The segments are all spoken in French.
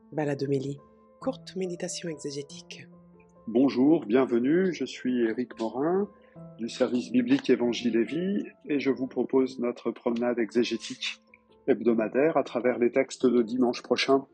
Baladomélie, courte méditation exégétique. Bonjour, bienvenue, je suis Éric Morin du service biblique Évangile et Vie et je vous propose notre promenade exégétique hebdomadaire à travers les textes de dimanche prochain.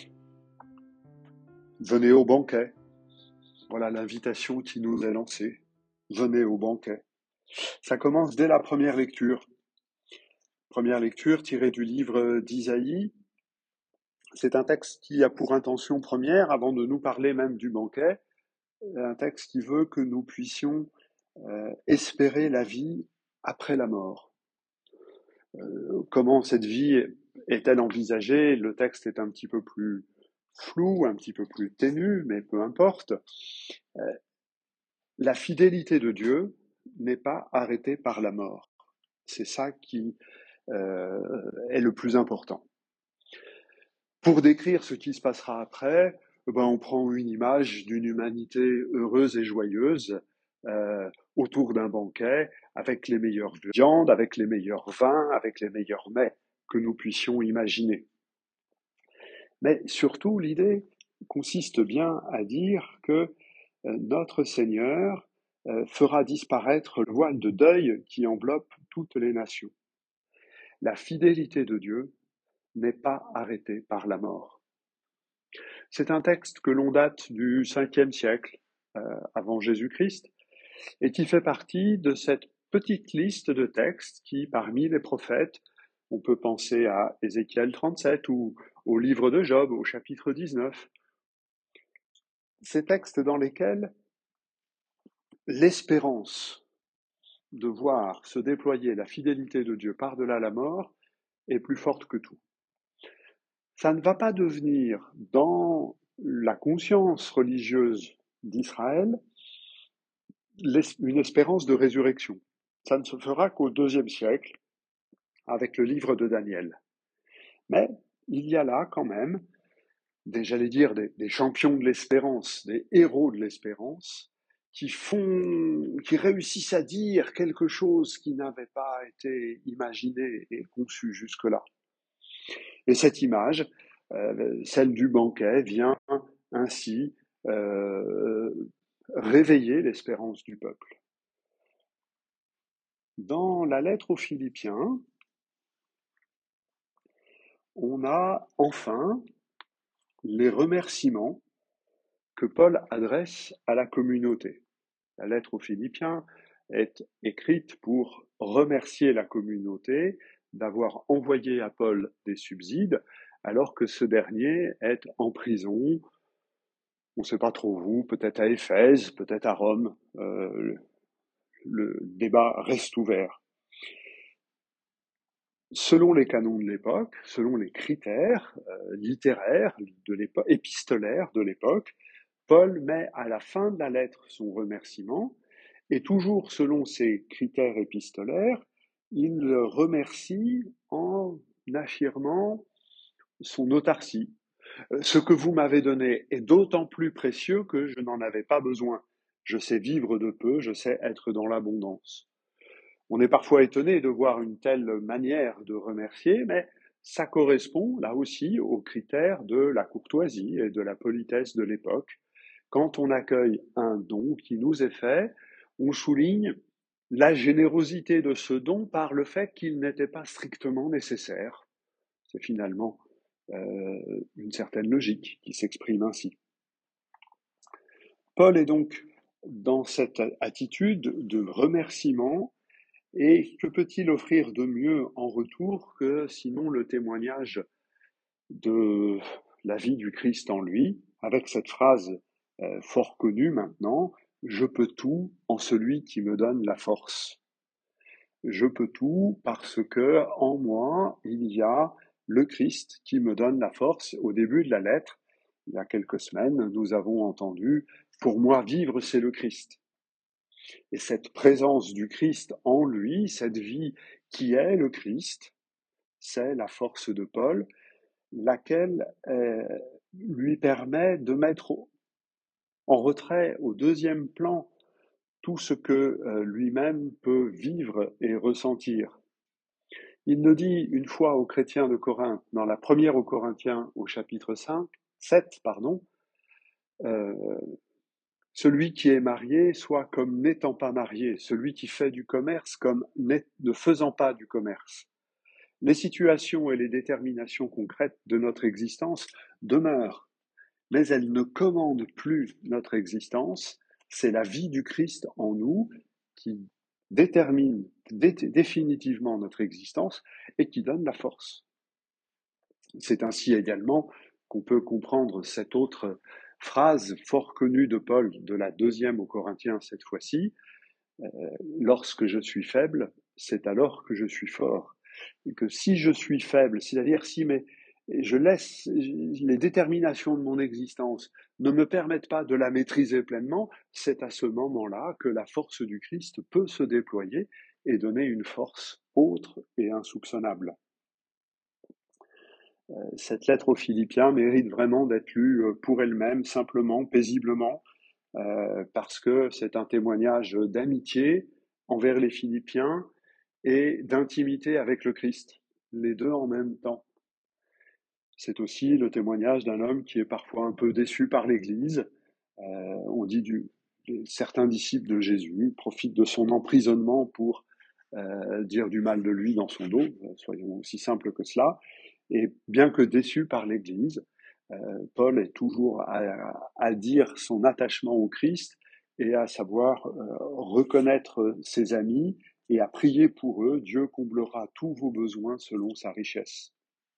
Venez au banquet, voilà l'invitation qui nous est lancée. Venez au banquet. Ça commence dès la première lecture. Première lecture tirée du livre d'Isaïe. C'est un texte qui a pour intention première, avant de nous parler même du banquet, un texte qui veut que nous puissions espérer la vie après la mort. Comment cette vie est-elle envisagée? Le texte est un petit peu plus flou, un petit peu plus ténu, mais peu importe. La fidélité de Dieu n'est pas arrêtée par la mort. C'est ça qui est le plus important. Pour décrire ce qui se passera après, on prend une image d'une humanité heureuse et joyeuse autour d'un banquet, avec les meilleures viandes, avec les meilleurs vins, avec les meilleurs mets que nous puissions imaginer. Mais surtout, l'idée consiste bien à dire que notre Seigneur fera disparaître le voile de deuil qui enveloppe toutes les nations. La fidélité de Dieu n'est pas arrêtée par la mort. C'est un texte que l'on date du 5e siècle avant Jésus-Christ et qui fait partie de cette petite liste de textes qui, parmi les prophètes, on peut penser à Ézéchiel 37 ou au livre de Job, au chapitre 19. Ces textes dans lesquels l'espérance de voir se déployer la fidélité de Dieu par-delà la mort est plus forte que tout. Ça ne va pas devenir, dans la conscience religieuse d'Israël, une espérance de résurrection. Ça ne se fera qu'au IIe siècle, avec le livre de Daniel. Mais il y a là quand même, j'allais dire, des champions de l'espérance, des héros de l'espérance, qui réussissent à dire quelque chose qui n'avait pas été imaginé et conçu jusque-là. Et cette image, celle du banquet, vient ainsi réveiller l'espérance du peuple. Dans la lettre aux Philippiens, on a enfin les remerciements que Paul adresse à la communauté. La lettre aux Philippiens est écrite pour remercier la communauté d'avoir envoyé à Paul des subsides alors que ce dernier est en prison. On ne sait pas trop où, peut-être à Éphèse, peut-être à Rome. Le débat reste ouvert. Selon les canons de l'époque, selon les critères littéraires de l'époque, épistolaires de l'époque, Paul met à la fin de la lettre son remerciement, et toujours selon ces critères épistolaires, il remercie en affirmant son autarcie. Ce que vous m'avez donné est d'autant plus précieux que je n'en avais pas besoin. Je sais vivre de peu, je sais être dans l'abondance. On est parfois étonné de voir une telle manière de remercier, mais ça correspond là aussi aux critères de la courtoisie et de la politesse de l'époque. Quand on accueille un don qui nous est fait, on souligne la générosité de ce don par le fait qu'il n'était pas strictement nécessaire. C'est finalement une certaine logique qui s'exprime ainsi. Paul est donc dans cette attitude de remerciement, et que peut-il offrir de mieux en retour que sinon le témoignage de la vie du Christ en lui, avec cette phrase fort connue maintenant, « Je peux tout en celui qui me donne la force ». Je peux tout parce que en moi, il y a le Christ qui me donne la force. Au début de la lettre, il y a quelques semaines, nous avons entendu « Pour moi, vivre, c'est le Christ ». Et cette présence du Christ en lui, cette vie qui est le Christ, c'est la force de Paul, laquelle lui permet de mettre en retrait, au deuxième plan, tout ce que lui-même peut vivre et ressentir. Il le dit une fois aux chrétiens de Corinthe, dans la première aux Corinthiens au chapitre 5, pardon, euh, celui qui est marié soit comme n'étant pas marié, celui qui fait du commerce comme ne faisant pas du commerce. Les situations et les déterminations concrètes de notre existence demeurent, mais elles ne commandent plus notre existence. C'est la vie du Christ en nous qui détermine définitivement notre existence et qui donne la force. C'est ainsi également qu'on peut comprendre cette autre phrase fort connue de Paul, de la 2e aux Corinthiens cette fois-ci, lorsque je suis faible, c'est alors que je suis fort. Et que si je suis faible, c'est-à-dire si je laisse les déterminations de mon existence ne me permettent pas de la maîtriser pleinement, c'est à ce moment-là que la force du Christ peut se déployer et donner une force autre et insoupçonnable. Cette lettre aux Philippiens mérite vraiment d'être lue pour elle-même, simplement, paisiblement, parce que c'est un témoignage d'amitié envers les Philippiens et d'intimité avec le Christ, les deux en même temps. C'est aussi le témoignage d'un homme qui est parfois un peu déçu par l'Église. On dit certains disciples de Jésus profitent de son emprisonnement pour dire du mal de lui dans son dos, soyons aussi simples que cela. Et bien que déçu par l'Église, Paul est toujours à dire son attachement au Christ et à savoir reconnaître ses amis et à prier pour eux. Dieu comblera tous vos besoins selon sa richesse.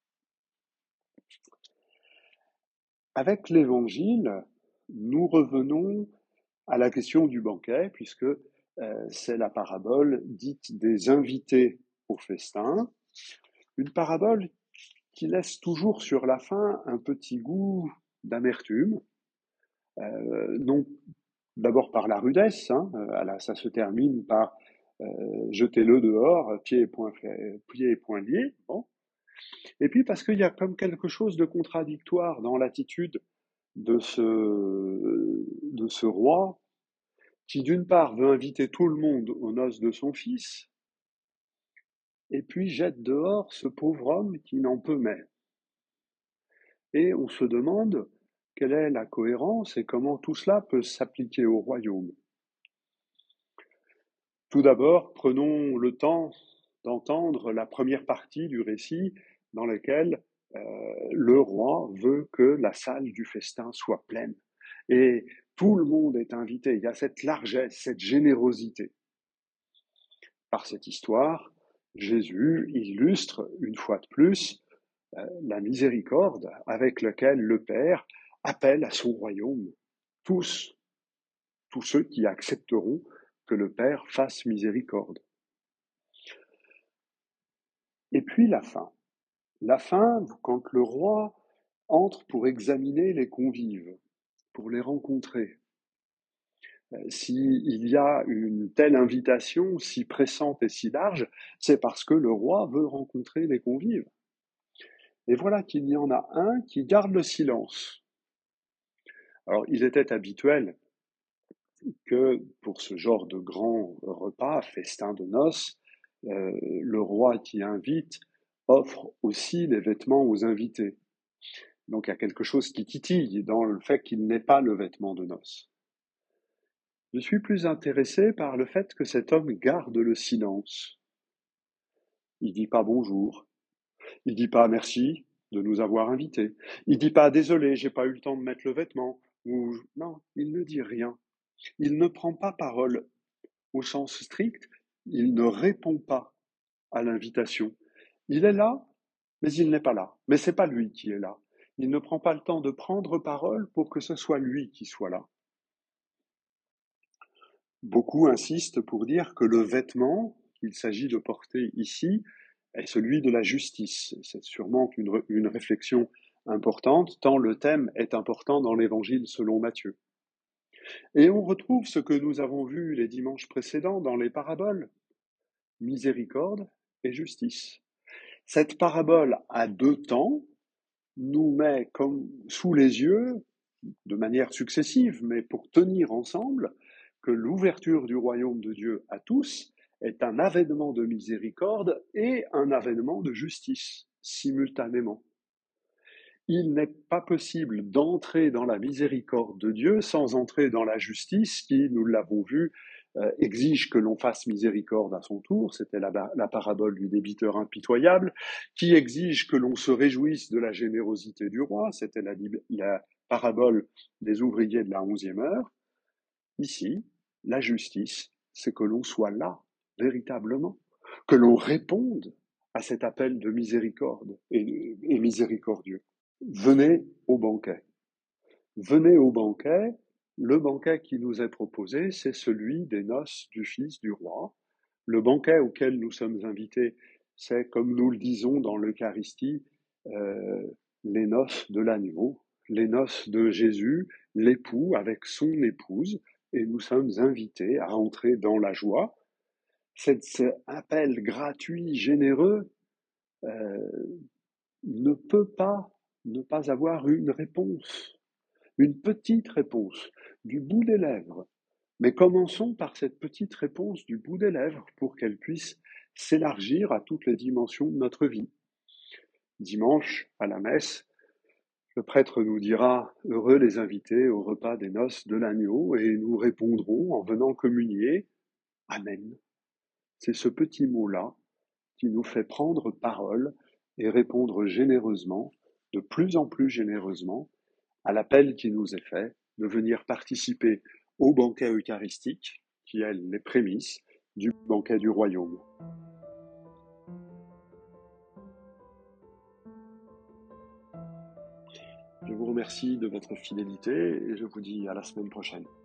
Avec l'Évangile, nous revenons à la question du banquet, puisque c'est la parabole dite des invités au festin, une parabole qui laisse toujours sur la fin un petit goût d'amertume, non d'abord par la rudesse, ça se termine par jetez-le dehors, pieds et poings liés, bon. Et puis parce qu'il y a comme quelque chose de contradictoire dans l'attitude de ce roi qui d'une part veut inviter tout le monde aux noces de son fils, et puis jette dehors ce pauvre homme qui n'en peut mais. Et on se demande quelle est la cohérence et comment tout cela peut s'appliquer au royaume. Tout d'abord, prenons le temps d'entendre la première partie du récit dans laquelle le roi veut que la salle du festin soit pleine. Et tout le monde est invité. Il y a cette largesse, cette générosité. Par cette histoire, Jésus illustre une fois de plus la miséricorde avec laquelle le Père appelle à son royaume tous ceux qui accepteront que le Père fasse miséricorde. Et puis la fin. La fin, quand le roi entre pour examiner les convives, pour les rencontrer. S'il y a une telle invitation si pressante et si large, c'est parce que le roi veut rencontrer les convives. Et voilà qu'il y en a un qui garde le silence. Alors, il était habituel que pour ce genre de grand repas, festin de noces, le roi qui invite offre aussi les vêtements aux invités. Donc il y a quelque chose qui titille dans le fait qu'il n'ait pas le vêtement de noces. Je suis plus intéressé par le fait que cet homme garde le silence. Il dit pas bonjour, il dit pas merci de nous avoir invités, il dit pas désolé, j'ai pas eu le temps de mettre le vêtement, ou non, il ne dit rien. Il ne prend pas parole au sens strict, il ne répond pas à l'invitation. Il est là, mais il n'est pas là. Mais c'est pas lui qui est là. Il ne prend pas le temps de prendre parole pour que ce soit lui qui soit là. Beaucoup insistent pour dire que le vêtement qu'il s'agit de porter ici est celui de la justice. C'est sûrement une réflexion importante, tant le thème est important dans l'Évangile selon Matthieu. Et on retrouve ce que nous avons vu les dimanches précédents dans les paraboles, miséricorde et justice. Cette parabole à deux temps nous met comme sous les yeux, de manière successive, mais pour tenir ensemble, que l'ouverture du royaume de Dieu à tous est un avènement de miséricorde et un avènement de justice, simultanément. il n'est pas possible d'entrer dans la miséricorde de Dieu sans entrer dans la justice qui, nous l'avons vu, exige que l'on fasse miséricorde à son tour, c'était la parabole du débiteur impitoyable, qui exige que l'on se réjouisse de la générosité du roi, c'était la parabole des ouvriers de la 11e heure. Ici, la justice, c'est que l'on soit là, véritablement, que l'on réponde à cet appel de miséricorde et miséricordieux. Venez au banquet. Venez au banquet. Le banquet qui nous est proposé, c'est celui des noces du Fils du roi. Le banquet auquel nous sommes invités, c'est, comme nous le disons dans l'Eucharistie, les noces de l'agneau, les noces de Jésus, l'époux avec son épouse, et nous sommes invités à entrer dans la joie. Cet appel gratuit, généreux, ne peut pas ne pas avoir une réponse, une petite réponse du bout des lèvres. Mais commençons par cette petite réponse du bout des lèvres pour qu'elle puisse s'élargir à toutes les dimensions de notre vie. Dimanche, à la messe, le prêtre nous dira « Heureux les invités au repas des noces de l'agneau » et nous répondrons en venant communier « Amen ». C'est ce petit mot-là qui nous fait prendre parole et répondre généreusement, de plus en plus généreusement, à l'appel qui nous est fait de venir participer au banquet eucharistique, qui est les prémices du banquet du royaume. Je vous remercie de votre fidélité et je vous dis à la semaine prochaine.